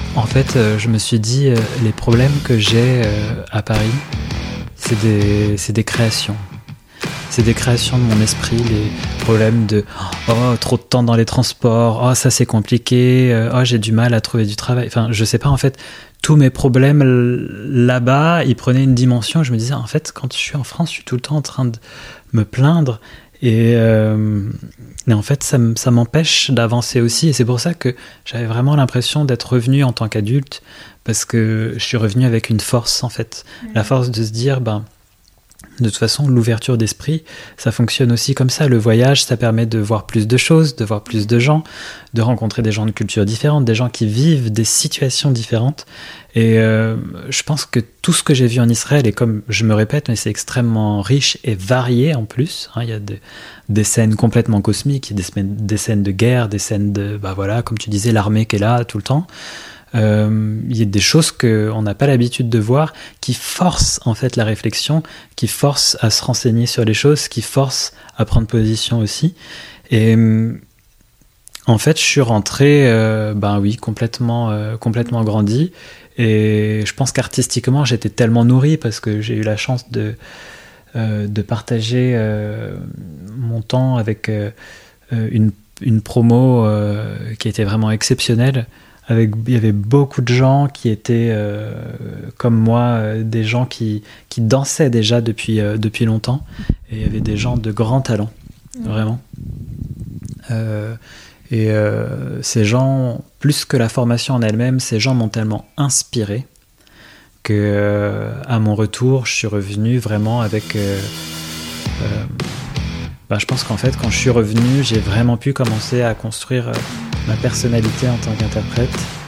En fait, je me suis dit, les problèmes que j'ai à Paris, c'est des créations. C'est des créations de mon esprit, les problèmes de trop de temps dans les transports, ça c'est compliqué, j'ai du mal à trouver du travail. Enfin, je sais pas, en fait, tous mes problèmes là-bas, ils prenaient une dimension. Je me disais, en fait, quand je suis en France, je suis tout le temps en train de me plaindre. Et en fait, ça m'empêche d'avancer aussi. Et c'est pour ça que j'avais vraiment l'impression d'être revenu en tant qu'adulte, parce que je suis revenu avec une force, en fait. La force de se dire, de toute façon, l'ouverture d'esprit, ça fonctionne aussi comme ça. Le voyage, ça permet de voir plus de choses, de voir plus de gens, de rencontrer des gens de cultures différentes, des gens qui vivent des situations différentes. Et je pense que tout ce que j'ai vu en Israël, et comme je me répète, mais c'est extrêmement riche et varié en plus. Il y a des scènes complètement cosmiques, des scènes de guerre, des scènes de, comme tu disais, l'armée qui est là tout le temps. Il y a des choses qu'on n'a pas l'habitude de voir, qui forcent en fait la réflexion, qui forcent à se renseigner sur les choses, qui forcent à prendre position aussi. Et en fait, je suis rentré, complètement grandi. Et je pense qu'artistiquement, j'étais tellement nourri parce que j'ai eu la chance de partager mon temps avec une promo qui était vraiment exceptionnelle. Il y avait beaucoup de gens qui étaient comme moi, des gens qui dansaient déjà depuis longtemps, et il y avait des gens de grand talent, vraiment. Ces gens, plus que la formation en elle-même, ces gens m'ont tellement inspiré que à mon retour, je suis revenu vraiment avec... je pense qu'en fait, quand je suis revenu, j'ai vraiment pu commencer à construire ma personnalité en tant qu'interprète.